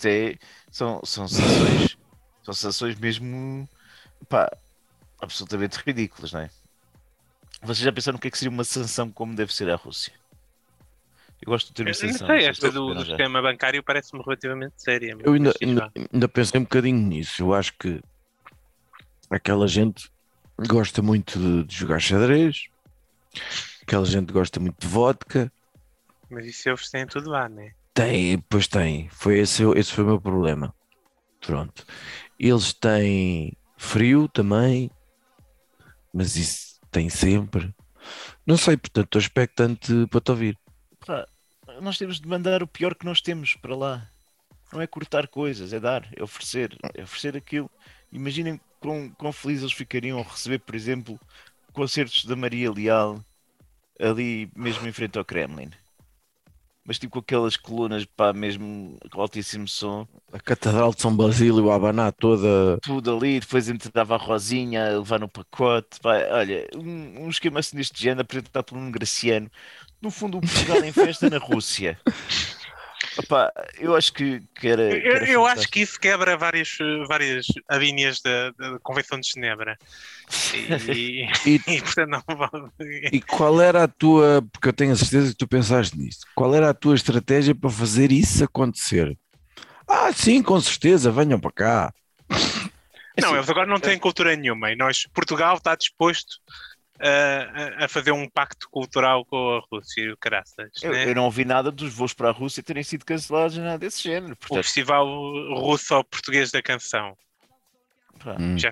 são sanções mesmo, pá, absolutamente ridículas, não é? Vocês já pensaram o que é que seria uma sanção como deve ser à Rússia? Eu gosto do termo Eu não sanção. sei, se esta perceberam do já. sistema bancário parece-me relativamente séria. Eu ainda, mas diz lá. ainda pensei um bocadinho nisso. Eu acho que aquela gente gosta muito de jogar xadrez, aquela gente gosta muito de vodka. Mas isso eles têm tudo lá, né? Pois tem. Esse foi o meu problema. Pronto. Eles têm frio também, mas isso tem sempre. Não sei, portanto, estou expectante para te ouvir. Pá, nós temos de mandar o pior que nós temos para lá. Não é cortar coisas, é dar, é oferecer aquilo. Imaginem quão felizes eles ficariam ao receber, por exemplo, concertos da Maria Leal ali mesmo em frente ao Kremlin. Mas tipo com aquelas colunas, pá, mesmo com altíssimo som, A Catedral de São Basílio, a abanar toda. tudo ali, depois entrava a Rosinha a levar no pacote, pá, olha, um esquema assim deste género apresentado por um Graciano. No fundo, o Portugal em festa na Rússia. Opá, eu acho que era Eu acho fantástico. que isso quebra várias linhas da Convenção de Genebra. E, E, e portanto não vale. e qual era a tua, porque eu tenho a certeza que tu pensaste nisso, qual era a tua estratégia para fazer isso acontecer? Ah, sim, com certeza, venham para cá. Não, eles agora não têm cultura nenhuma. E Portugal está disposto a fazer um pacto cultural com a Rússia e o caraças. Né? Eu não ouvi nada dos voos para a Rússia terem sido cancelados, nada desse género. O Portanto, Festival Russo-Português da Canção. pá, Já.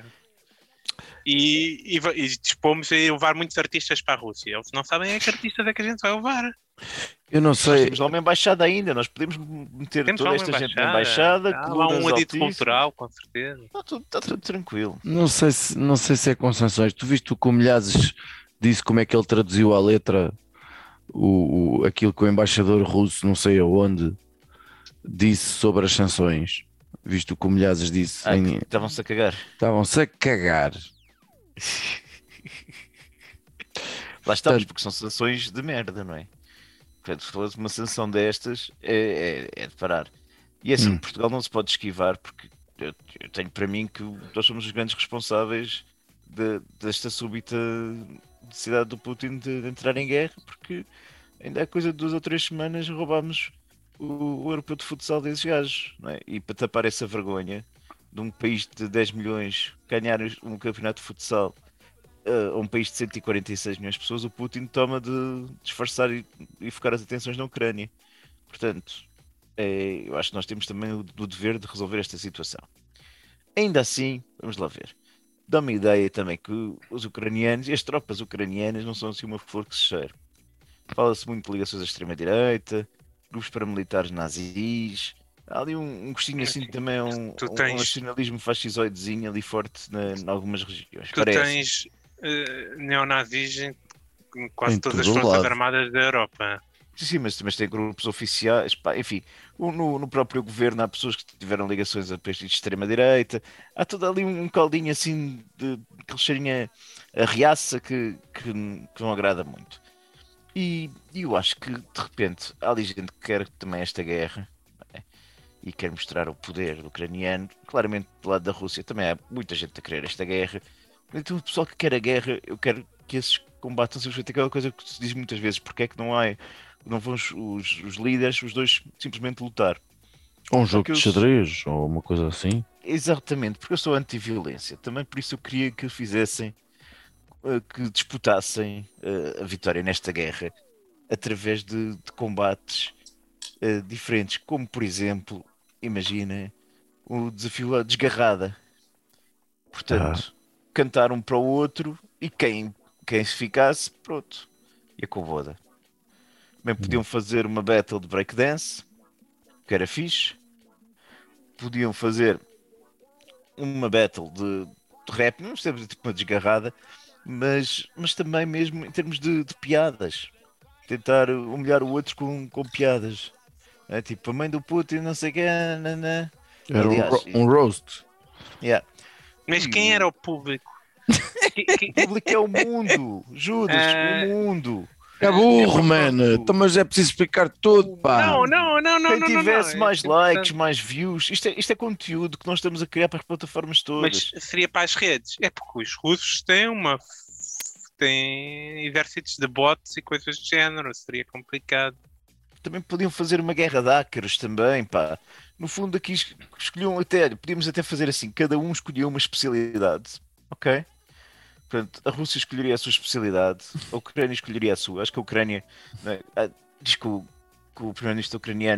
E dispomos a levar muitos artistas para a Rússia. Eles não sabem a que artistas é que a gente vai levar. Eu não nós sei, temos lá uma embaixada ainda, nós podemos meter Temos toda lá esta uma gente na embaixada, Há lá um colunas adito altíssimas. cultural, com certeza. Está tudo tranquilo. não sei se é com sanções. Tu viste o que o Milhazes disse, como é que ele traduziu à letra aquilo que o embaixador russo, não sei aonde, disse sobre as sanções. Viste o que o Milhazes disse? Que estavam-se a cagar. Estavam-se a cagar. Lá estamos, Portanto- porque são sanções de merda, não é? Portanto, se fosse uma sanção destas, é de parar. E assim, Portugal não se pode esquivar, porque eu tenho para mim que nós somos os grandes responsáveis desta súbita necessidade do Putin de entrar em guerra, porque ainda há coisa de 2 ou 3 semanas roubámos o europeu de futsal desses gajos, não é? E para tapar essa vergonha de um país de 10 milhões ganhar um campeonato de futsal a um país de 146 milhões de pessoas, o Putin toma de disfarçar e focar as atenções na Ucrânia. Portanto, eu acho que nós temos também o dever de resolver esta situação. Ainda assim, vamos lá ver. Dá-me a ideia também que os ucranianos e as tropas ucranianas não são assim uma flor que se cheira. Fala-se muito de ligações à extrema-direita, grupos paramilitares nazis. Há ali um gostinho assim também, um nacionalismo fascisoidezinho ali forte em algumas regiões. Tu tens neonazis em quase todas as forças armadas da Europa. Sim, mas tem grupos oficiais, pá, enfim, no próprio governo há pessoas que tiveram ligações a partidos de extrema-direita, há todo ali um caldinho assim, aquele cheirinho a reaça que não agrada muito. E eu acho que, de repente, há ali gente que quer também esta guerra, não é? E quer mostrar o poder ucraniano, claramente do lado da Rússia também há muita gente a querer esta guerra. Então o pessoal que quer a guerra, eu quero que esses combatam simplesmente aquela coisa que se diz muitas vezes, porque é que não vão os líderes, os dois, simplesmente lutar. Ou um jogo de xadrez, ou uma coisa assim. Exatamente, porque eu sou anti-violência. Também por isso eu queria que fizessem, que disputassem a vitória nesta guerra através de combates diferentes, como por exemplo, imagina o desafio à desgarrada. Portanto, cantar um para o outro e quem se ficasse, pronto, e acoboda. Também podiam fazer uma battle de breakdance, que era fixe. Podiam fazer uma battle de rap, não sei, tipo uma desgarrada, mas também mesmo em termos de piadas. Tentar humilhar o outro com piadas. É, tipo, a mãe do Putin, não sei o que, Era um roast. Yeah. Mas quem era o público? O público é o mundo, Judas, o mundo. É burro, mano. Então, mas é preciso explicar tudo, pá. Não. Quem tivesse mais likes, mais views, isto é conteúdo que nós estamos a criar para as plataformas todas. Mas seria para as redes. É porque os russos têm exércitos de bots e coisas do género. Seria complicado. Também podiam fazer uma guerra de hackers também, pá. No fundo aqui podíamos até fazer assim, cada um escolhia uma especialidade, ok? Portanto, a Rússia escolheria a sua especialidade, a Ucrânia escolheria a sua. Acho que a Ucrânia, diz que o primeiro-ministro ucraniano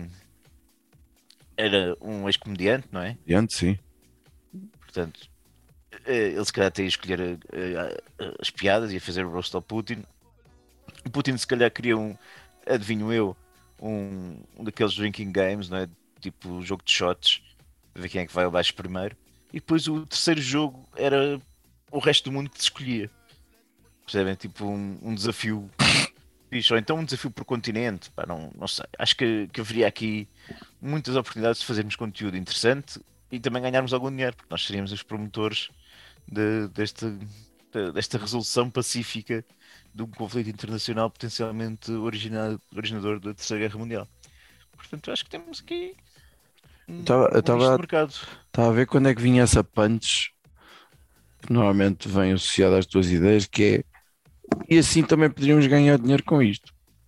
era um ex-comediante, não é? Comediante, sim. Portanto, ele se calhar tem a escolher as piadas e a fazer o roast ao Putin. O Putin se calhar queria adivinho eu, um daqueles drinking games, não é? Tipo jogo de shots, para ver quem é que vai abaixo primeiro. E depois o terceiro jogo era o resto do mundo que se escolhia. Percebem? Tipo um desafio fixe, ou então um desafio por continente. Pá, não sei. Acho que haveria aqui muitas oportunidades de fazermos conteúdo interessante e também ganharmos algum dinheiro, porque nós seríamos os promotores desta resolução pacífica de um conflito internacional potencialmente originador da Terceira Guerra Mundial. Portanto, acho que temos aqui mercado. Estava a ver quando é que vinha essa punch, que normalmente vem associada às tuas ideias, que é e assim também poderíamos ganhar dinheiro com isto.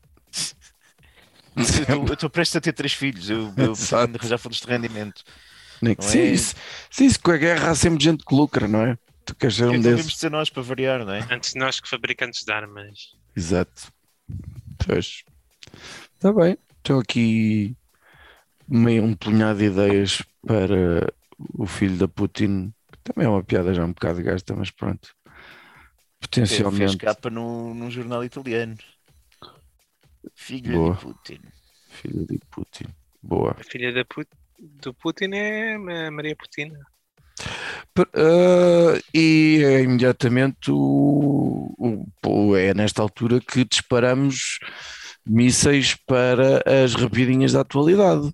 Eu estou prestes a ter 3 filhos, eu preciso de arranjar fontes de rendimento. Sim, com a guerra há sempre gente que lucra, não é? Tu queres ser um desses. Devemos ser nós para variar, não é? Antes de nós que fabricantes de armas. Exato. Pois. Está bem. Estou aqui meio um punhado de ideias para o filho da Putin. Também é uma piada já um bocado gasta, mas pronto. Potencialmente. Fez capa num jornal italiano. Filho de Putin. Filho de Putin. Boa. A filha do Putin é a Maria Putina. E é imediatamente é nesta altura que disparamos mísseis para as rapidinhas da atualidade.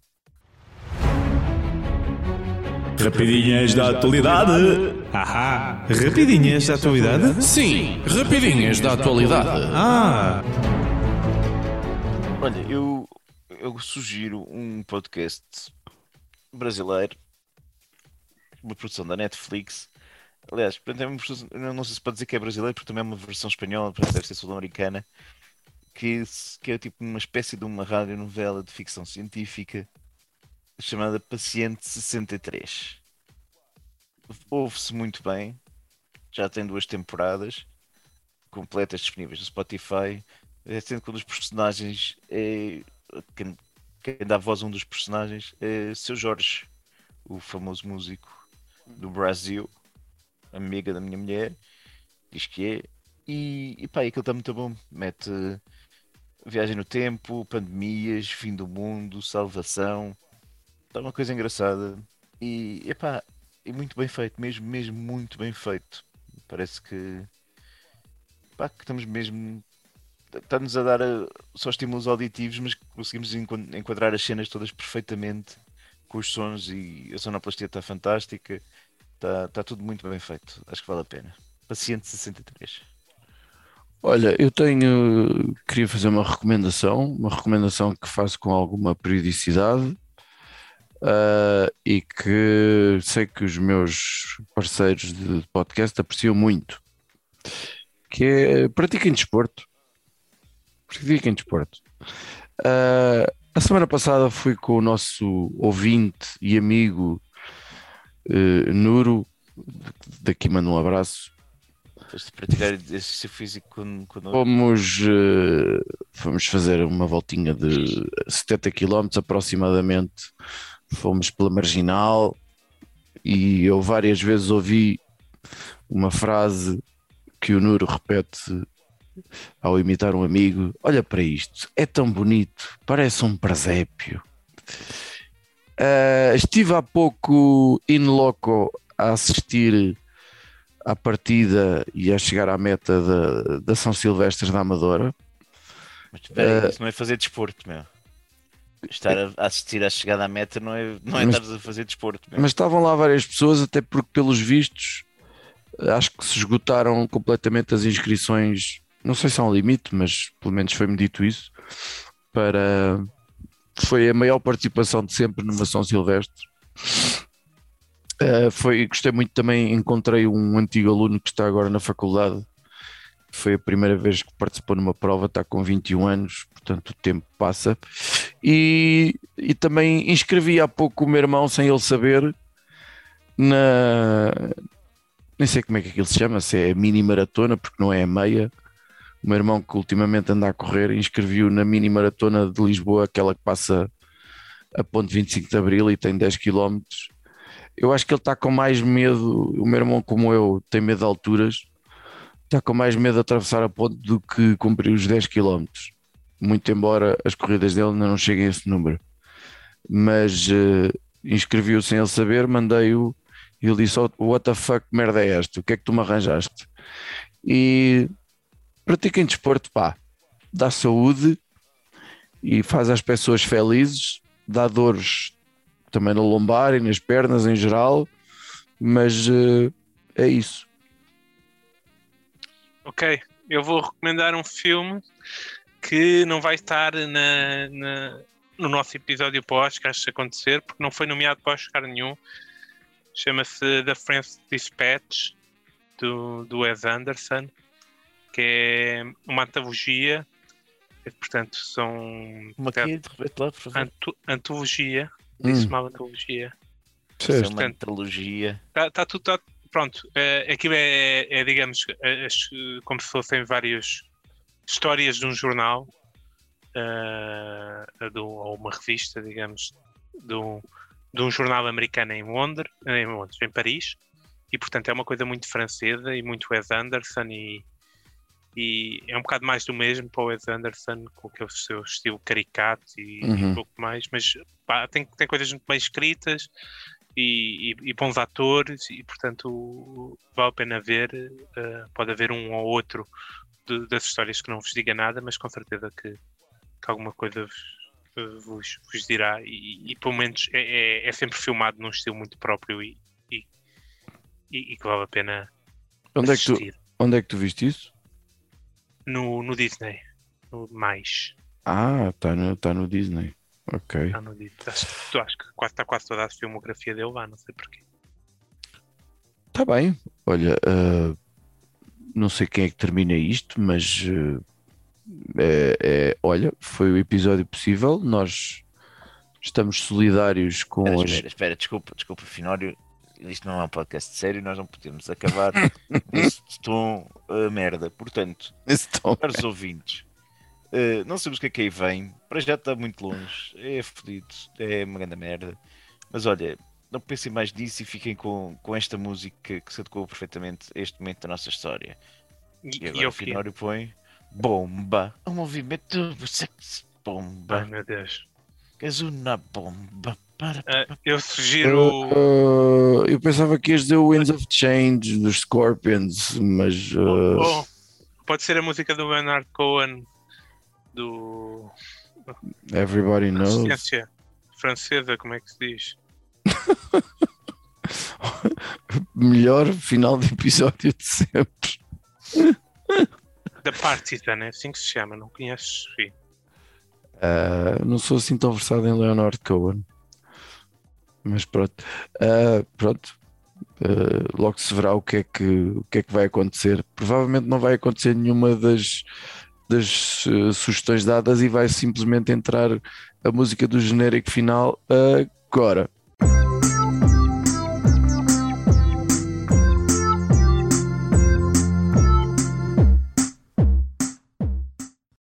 Rapidinhas da atualidade. Ahá, rapidinhas da atualidade? Sim, rapidinhas da atualidade. Olha, eu sugiro um podcast brasileiro, uma produção da Netflix. Aliás, portanto, eu não sei se pode dizer que é brasileiro, porque também é uma versão espanhola, portanto deve ser sul-americana, que é tipo uma espécie de uma radionovela de ficção científica chamada Paciente 63. Ouve-se muito bem, já tem 2 temporadas completas disponíveis no Spotify, sendo que um dos personagens quem, quem dá voz a um dos personagens é Seu Jorge, o famoso músico do Brasil, amiga da minha mulher, diz que é. E pá, aquilo está muito bom. Mete viagem no tempo, pandemias, fim do mundo, salvação. Está uma coisa engraçada. E epá, e muito bem feito, mesmo, mesmo muito bem feito. Parece que, pá, que estamos mesmo. Está-nos a dar só estímulos auditivos, mas conseguimos enquadrar as cenas todas perfeitamente com os sons e a sonoplastia está fantástica. Está tudo muito bem feito. Acho que vale a pena. Paciente 63. Olha, queria fazer uma recomendação que faço com alguma periodicidade, e que sei que os meus parceiros de podcast apreciam muito, que é pratiquem desporto. Pratiquem desporto. A semana passada fui com o nosso ouvinte e amigo Nuro, daqui mando um abraço. Foste praticar exercício físico quando... Fomos fazer uma voltinha de 70 km aproximadamente. Fomos pela Marginal e eu várias vezes ouvi uma frase que o Nuro repete ao imitar um amigo: olha para isto, é tão bonito, parece um presépio. Estive há pouco in loco a assistir à partida e a chegar à meta da São Silvestre da Amadora. Mas espera aí, isso não é fazer desporto, meu. Estar a assistir à chegada à meta não é estar a fazer desporto, meu. Mas estavam lá várias pessoas, até porque pelos vistos acho que se esgotaram completamente as inscrições. Não sei se há um limite, mas pelo menos foi-me dito isso. Foi a maior participação de sempre numa São Silvestre. Gostei muito também, encontrei um antigo aluno que está agora na faculdade. Foi a primeira vez que participou numa prova, está com 21 anos, portanto o tempo passa. E também inscrevi há pouco o meu irmão, sem ele saber, nem sei como é que aquilo se chama, se é mini maratona, porque não é a meia. O meu irmão, que ultimamente anda a correr, inscreviu na mini maratona de Lisboa, aquela que passa a ponte 25 de Abril e tem 10 km. Eu acho que ele está com mais medo, o meu irmão, como eu, tem medo de alturas, está com mais medo de atravessar a ponte do que cumprir os 10 km. Muito embora as corridas dele ainda não cheguem a esse número. Mas inscrevi-o sem ele saber, mandei-o e ele disse: what the fuck, merda é esta? O que é que tu me arranjaste? E pratiquem desporto, pá. Dá saúde e faz as pessoas felizes, dá dores também na lombar e nas pernas em geral, mas é isso. Ok, eu vou recomendar um filme que não vai estar no nosso episódio para o Oscar se acontecer, porque não foi nomeado para Oscar nenhum. Chama-se The French Dispatch, do Wes Anderson, que é uma antologia. Portanto, são... Uma que repete lá, por favor. Antologia. Disse mal antologia. Isso é uma antologia. Está tudo... Pronto, aquilo é digamos, como se fossem várias histórias de um jornal, ou uma revista, digamos, de um jornal americano em Londres, em Paris, e portanto é uma coisa muito francesa e muito Wes Anderson, e é um bocado mais do mesmo para o Wes Anderson, com aquele seu estilo caricato e um pouco mais, mas pá, tem coisas muito bem escritas e bons atores, e portanto vale a pena ver. Pode haver um ou outro das histórias que não vos diga nada, mas com certeza que alguma coisa vos dirá, e pelo menos é sempre filmado num estilo muito próprio e que vale a pena assistir. Onde é que tu viste isso? No Disney, no Mais. Está no Disney. Ok. Não digo. Acho que está quase toda a filmografia dele lá, não sei porquê. Está bem. Olha, não sei quem é que termina isto, mas olha, foi o episódio possível. Nós estamos solidários com Espera, desculpa, Finório. Isto não é um podcast sério, nós não podemos acabar nesse tom merda. Portanto, esse tom. caros ouvintes, não sabemos o que é que aí vem. Para já está muito longe, é fodido, é uma grande merda. Mas olha, não pensem mais disso e fiquem com esta música que se adequou perfeitamente a este momento da nossa história. E agora o Finório põe bomba, um movimento sexy, bomba. Ai meu Deus. És uma bomba. Eu sugiro. Eu pensava que ias dizer o Winds of Change dos Scorpions, mas Pode ser a música do Bernard Cohen do Everybody Knows. Resistência Francesa, como é que se diz? Melhor final de episódio de sempre. Da Partisan, é assim que se chama, não conheces? Sim. Não sou assim tão versado em Leonard Cohen, mas pronto. Logo se verá o que é que vai acontecer. Provavelmente não vai acontecer nenhuma das sugestões dadas e vai simplesmente entrar a música do genérico final agora.